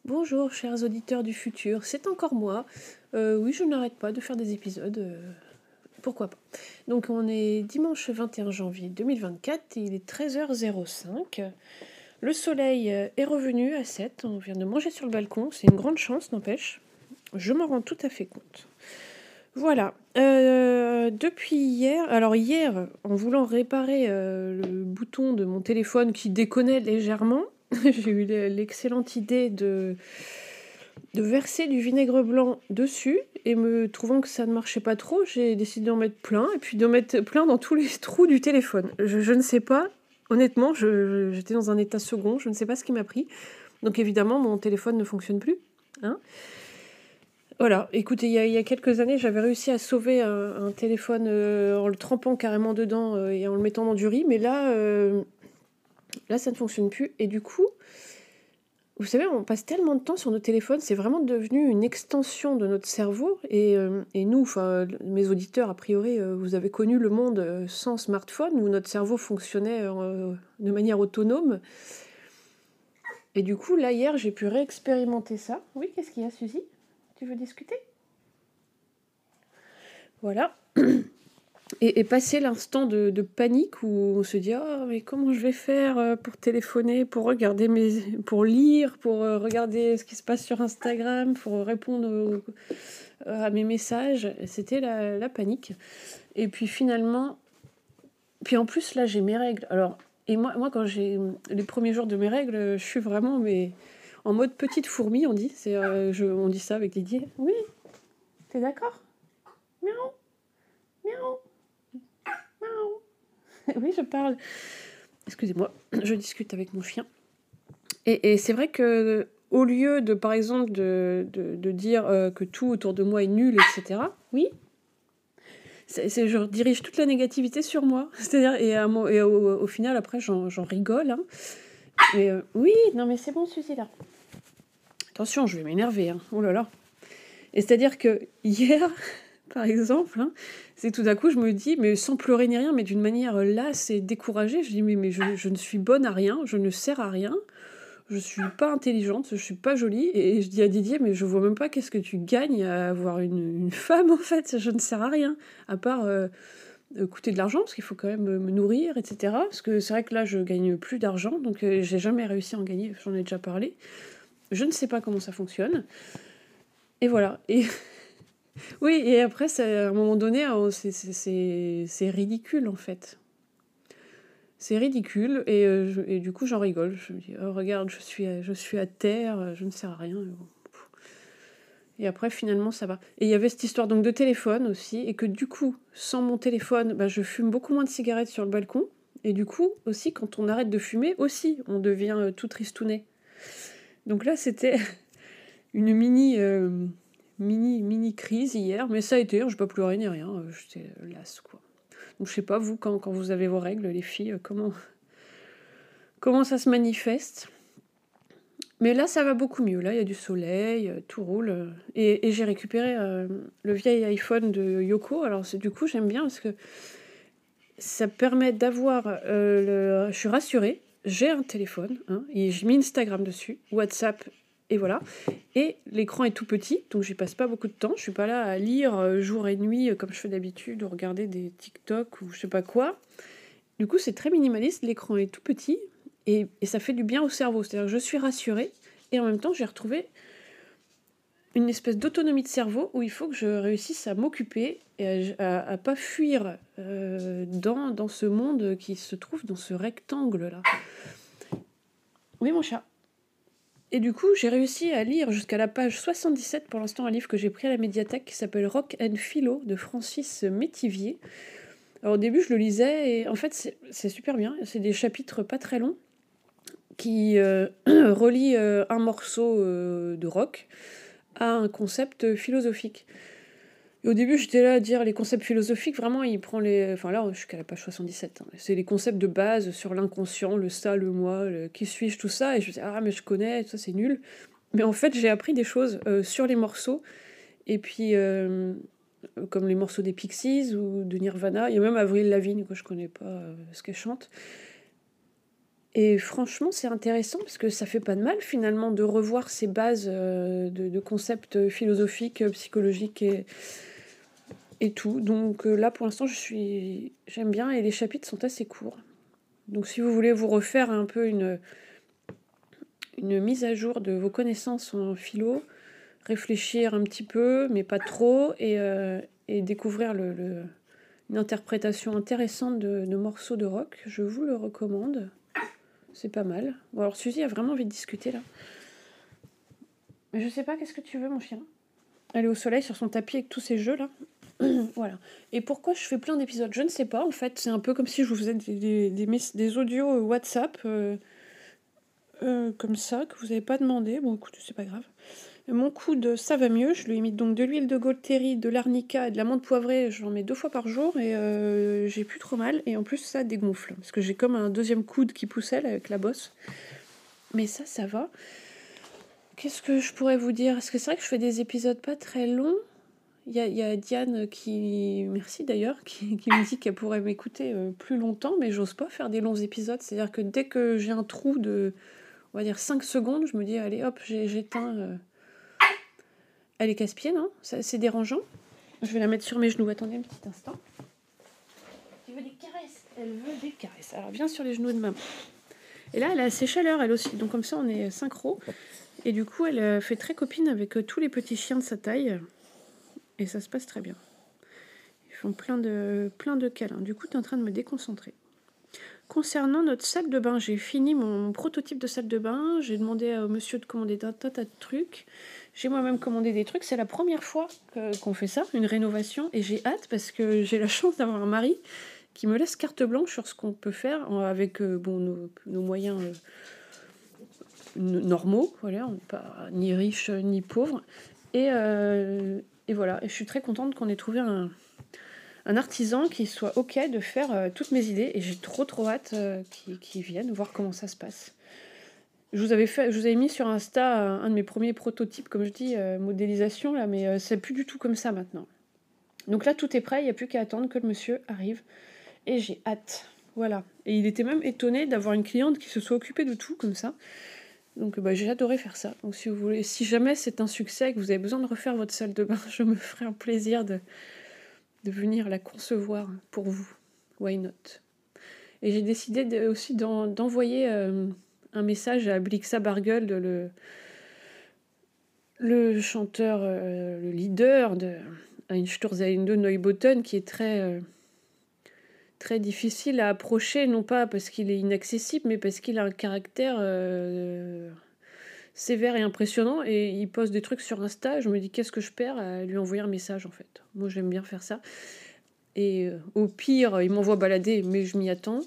Bonjour chers auditeurs du futur, c'est encore moi. Oui, je n'arrête pas de faire des épisodes, pourquoi pas. Donc on est dimanche 21 janvier 2024, il est 13h05. Le soleil est revenu à 7, on vient de manger sur le balcon, c'est une grande chance n'empêche. Je m'en rends tout à fait compte. Voilà, depuis hier, alors hier, en voulant réparer le bouton de mon téléphone qui déconnait légèrement, j'ai eu l'excellente idée de verser du vinaigre blanc dessus, et me trouvant que ça ne marchait pas trop, j'ai décidé d'en mettre plein, et puis d'en mettre plein dans tous les trous du téléphone. Je ne sais pas, honnêtement, j'étais dans un état second, je ne sais pas ce qui m'a pris. Donc évidemment, mon téléphone ne fonctionne plus, hein. Voilà, écoutez, il y a quelques années, j'avais réussi à sauver un téléphone en le trempant carrément dedans et en le mettant dans du riz, mais là, ça ne fonctionne plus. Et du coup, vous savez, on passe tellement de temps sur nos téléphones, c'est vraiment devenu une extension de notre cerveau. Et nous, enfin, mes auditeurs, a priori, vous avez connu le monde sans smartphone, où notre cerveau fonctionnait de manière autonome. Et du coup, là, hier, j'ai pu réexpérimenter ça. Oui, qu'est-ce qu'il y a, Suzy ? Tu veux discuter ? Voilà. Et passer l'instant de panique où on se dit « Oh, mais comment je vais faire pour téléphoner, pour regarder pour lire, pour regarder ce qui se passe sur Instagram, pour répondre à mes messages ?» C'était la panique. Et puis finalement... Puis en plus, là, j'ai mes règles. Alors, et moi quand j'ai les premiers jours de mes règles, je suis vraiment en mode petite fourmi, on dit. On dit ça avec Didier. Oui, t'es d'accord ? Miaou, miaou. Oui, je parle. Excusez-moi, je discute avec mon chien. Et c'est vrai que au lieu de, par exemple, de dire que tout autour de moi est nul, etc., oui, je dirige toute la négativité sur moi. C'est-à-dire, au final, après, j'en rigole. Hein. Mais oui, non, mais c'est bon, Suzy, là. Attention, je vais m'énerver. Hein. Oh là là. Et c'est-à-dire que hier... Par exemple, hein, c'est tout d'un coup, je me dis, mais sans pleurer ni rien, mais d'une manière lasse et découragée, je dis, mais je ne suis bonne à rien, je ne sers à rien, je suis pas intelligente, je suis pas jolie, et je dis à Didier, mais je vois même pas qu'est-ce que tu gagnes à avoir une femme, en fait, je ne sers à rien, à part coûter de l'argent, parce qu'il faut quand même me nourrir, etc. Parce que c'est vrai que là, je gagne plus d'argent, donc j'ai jamais réussi à en gagner, j'en ai déjà parlé. Je ne sais pas comment ça fonctionne. Et voilà. Et oui, et après, à un moment donné, c'est ridicule, en fait. C'est ridicule, et du coup, j'en rigole. Je me dis, oh, regarde, je suis à terre, je ne sers à rien. Et après, finalement, ça va. Et il y avait cette histoire donc de téléphone aussi, et que du coup, sans mon téléphone, je fume beaucoup moins de cigarettes sur le balcon. Et du coup, aussi, quand on arrête de fumer, aussi, on devient tout tristounet. Donc là, c'était une mini crise hier, mais ça a été, je n'ai pas pleuré ni rien, j'étais lasse, quoi. Donc je sais pas, vous, quand vous avez vos règles, les filles, comment ça se manifeste. Mais là, ça va beaucoup mieux. Là, il y a du soleil, tout roule. Et j'ai récupéré le vieil iPhone de Yoko. Alors, du coup, j'aime bien parce que ça permet d'avoir... Je suis rassurée. J'ai un téléphone. Hein, et j'ai mis Instagram dessus, WhatsApp, et voilà. Et l'écran est tout petit, donc j'y passe pas beaucoup de temps. Je suis pas là à lire jour et nuit, comme je fais d'habitude, ou regarder des TikTok ou je sais pas quoi. Du coup, c'est très minimaliste. L'écran est tout petit. Et ça fait du bien au cerveau. C'est-à-dire que je suis rassurée. Et en même temps, j'ai retrouvé une espèce d'autonomie de cerveau où il faut que je réussisse à m'occuper et à pas fuir dans ce monde qui se trouve dans ce rectangle-là. Oui, mon chat. Et du coup, j'ai réussi à lire jusqu'à la page 77, pour l'instant, un livre que j'ai pris à la médiathèque qui s'appelle Rock and Philo de Francis Métivier. Alors au début, je le lisais et en fait, c'est super bien. C'est des chapitres pas très longs qui relient un morceau de rock à un concept philosophique. Et au début, j'étais là à dire les concepts philosophiques, vraiment, il prend les... Enfin là, je suis qu'à la page 77. Hein. C'est les concepts de base sur l'inconscient, le ça, le moi, le qui suis-je, tout ça. Et je me disais, ah, mais je connais, ça, c'est nul. Mais en fait, j'ai appris des choses sur les morceaux. Et puis, comme les morceaux des Pixies ou de Nirvana. Il y a même Avril Lavigne, que je connais pas ce qu'elle chante. Et franchement, c'est intéressant parce que ça fait pas de mal finalement de revoir ces bases de concepts philosophiques, psychologiques et tout. Donc là, pour l'instant, j'aime bien et les chapitres sont assez courts. Donc si vous voulez vous refaire un peu une mise à jour de vos connaissances en philo, réfléchir un petit peu, mais pas trop, et découvrir une interprétation intéressante de morceaux de rock, je vous le recommande. C'est pas mal. Bon, alors Suzy a vraiment envie de discuter là. Mais je sais pas, qu'est-ce que tu veux, mon chien? Elle est au soleil sur son tapis avec tous ces jeux là. Voilà. Et pourquoi je fais plein d'épisodes? Je ne sais pas, en fait. C'est un peu comme si je vous faisais des audios WhatsApp comme ça, que vous n'avez pas demandé. Bon, écoute, c'est pas grave. Mon coude, ça va mieux. Je lui imite donc de l'huile de Golteri, de l'arnica et de la menthe poivrée. J'en mets 2 fois par jour et j'ai plus trop mal. Et en plus, ça dégonfle. Parce que j'ai comme un deuxième coude qui poussait là, avec la bosse. Mais ça va. Qu'est-ce que je pourrais vous dire? Parce que c'est vrai que je fais des épisodes pas très longs. Il y a Diane qui, merci d'ailleurs, qui me dit qu'elle pourrait m'écouter plus longtemps, mais j'ose pas faire des longs épisodes. C'est-à-dire que dès que j'ai un trou de, on va dire 5 secondes, je me dis, allez hop, j'éteins. Elle est casse-pied, non? C'est dérangeant. Je vais la mettre sur mes genoux. Attendez un petit instant. Tu veux des caresses? Elle veut des caresses. Alors viens sur les genoux de maman. Et là, elle a assez chaleur, elle aussi. Donc comme ça, on est synchro. Et du coup, elle fait très copine avec tous les petits chiens de sa taille. Et ça se passe très bien. Ils font plein de câlins. Du coup, tu es en train de me déconcentrer. Concernant notre salle de bain, j'ai fini mon prototype de salle de bain. J'ai demandé au monsieur de commander un tas de trucs. J'ai moi-même commandé des trucs. C'est la première fois qu'on fait ça, une rénovation. Et j'ai hâte parce que j'ai la chance d'avoir un mari qui me laisse carte blanche sur ce qu'on peut faire avec nos moyens normaux. Voilà, on n'est pas ni riche ni pauvre. Et voilà. Et je suis très contente qu'on ait trouvé un artisan qui soit OK de faire toutes mes idées. Et j'ai trop hâte qu'il vienne voir comment ça se passe. Je vous avais mis sur Insta un de mes premiers prototypes, comme je dis, modélisation, là, mais c'est plus du tout comme ça maintenant. Donc là, tout est prêt, il n'y a plus qu'à attendre que le monsieur arrive. Et j'ai hâte. Voilà. Et il était même étonné d'avoir une cliente qui se soit occupée de tout comme ça. Donc j'ai adoré faire ça. Donc si vous voulez, si jamais c'est un succès et que vous avez besoin de refaire votre salle de bain, je me ferai un plaisir de venir la concevoir pour vous. Why not? Et j'ai décidé aussi d'envoyer un message à Blixa Bargeld, le chanteur, le leader de Einstürzende Neubauten, qui est très difficile à approcher, non pas parce qu'il est inaccessible, mais parce qu'il a un caractère sévère et impressionnant, et il poste des trucs sur Insta. Je me dis, qu'est-ce que je perds à lui envoyer un message, en fait? Moi, j'aime bien faire ça. Et au pire, il m'envoie balader, mais je m'y attends.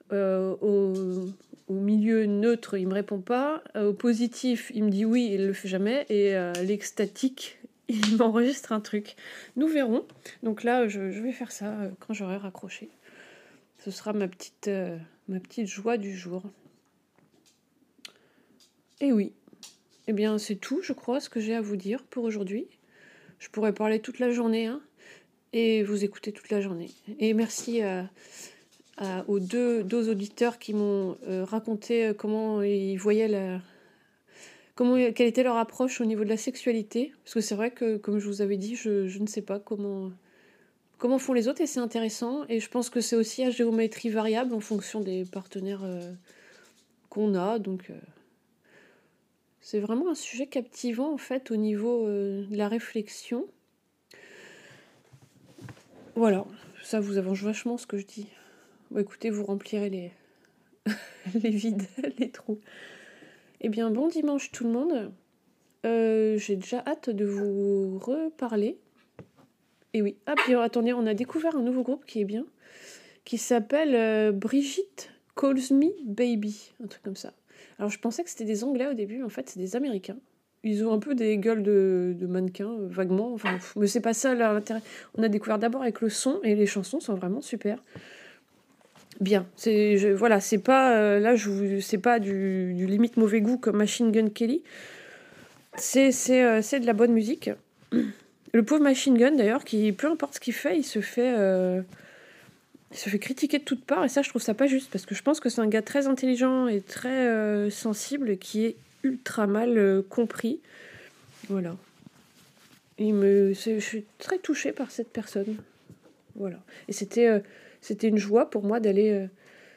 Au milieu neutre, il me répond pas. Au positif, il me dit oui, il le fait jamais. Et l'extatique, il m'enregistre un truc. Nous verrons. Donc là, je vais faire ça quand j'aurai raccroché. Ce sera ma petite joie du jour. Et oui. Eh bien, c'est tout, je crois, ce que j'ai à vous dire pour aujourd'hui. Je pourrais parler toute la journée, hein, et vous écouter toute la journée. Et merci aux deux auditeurs qui m'ont raconté comment ils voyaient quelle était leur approche au niveau de la sexualité. Parce que c'est vrai que, comme je vous avais dit, je ne sais pas comment font les autres, et c'est intéressant. Et je pense que c'est aussi à géométrie variable en fonction des partenaires qu'on a. Donc c'est vraiment un sujet captivant en fait au niveau de la réflexion. Voilà, ça vous avance vachement ce que je dis. Bon, écoutez, vous remplirez les vides, les trous. Eh bien, bon dimanche tout le monde. J'ai déjà hâte de vous reparler. Et oui. Ah, puis attendez, on a découvert un nouveau groupe qui est bien, qui s'appelle Brigitte Calls Me Baby, un truc comme ça. Alors, je pensais que c'était des Anglais au début, mais en fait, c'est des Américains. Ils ont un peu des gueules de mannequins, vaguement. Enfin, mais c'est pas ça l'intérêt. On a découvert d'abord avec le son, et les chansons sont vraiment super. Bien, voilà, c'est pas c'est pas du limite mauvais goût comme Machine Gun Kelly. C'est de la bonne musique. Le pauvre Machine Gun d'ailleurs, qui peu importe ce qu'il fait, il se fait Il se fait critiquer de toutes parts, et ça, je trouve ça pas juste, parce que je pense que c'est un gars très intelligent et très sensible, qui est ultra mal compris. Voilà. Je suis très touchée par cette personne. Voilà. Et c'était une joie pour moi d'aller...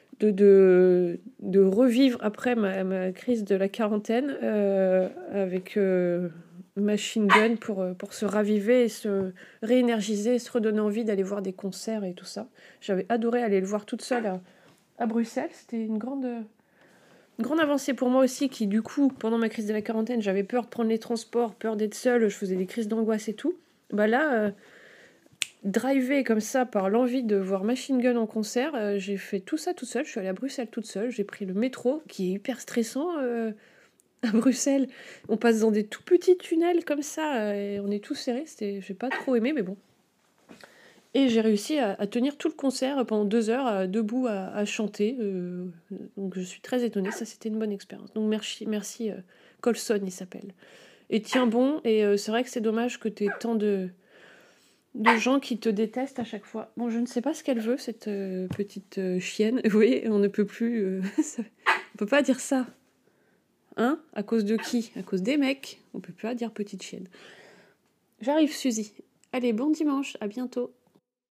de revivre après ma crise de la quarantaine avec Machine Gun pour se raviver et se réénergiser et se redonner envie d'aller voir des concerts et tout ça. J'avais adoré aller le voir toute seule à Bruxelles. C'était une grande avancée pour moi aussi qui, du coup, pendant ma crise de la quarantaine, j'avais peur de prendre les transports, peur d'être seule, je faisais des crises d'angoisse et tout. Bah là... drivé comme ça par l'envie de voir Machine Gun en concert, j'ai fait tout ça toute seule. Je suis allée à Bruxelles toute seule. J'ai pris le métro, qui est hyper stressant à Bruxelles. On passe dans des tout petits tunnels comme ça, et on est tous serrés. J'ai pas trop aimé, mais bon. Et j'ai réussi à tenir tout le concert pendant 2 heures, debout à chanter. Donc je suis très étonnée. Ça, c'était une bonne expérience. Donc merci Colson, il s'appelle. Et tiens bon, et c'est vrai que c'est dommage que tu aies tant de gens qui te détestent à chaque fois. Bon, je ne sais pas ce qu'elle veut, cette petite chienne. Vous voyez, on ne peut plus... on peut pas dire ça. Hein? À cause de qui? À cause des mecs. On peut pas dire petite chienne. J'arrive, Suzy. Allez, bon dimanche, à bientôt.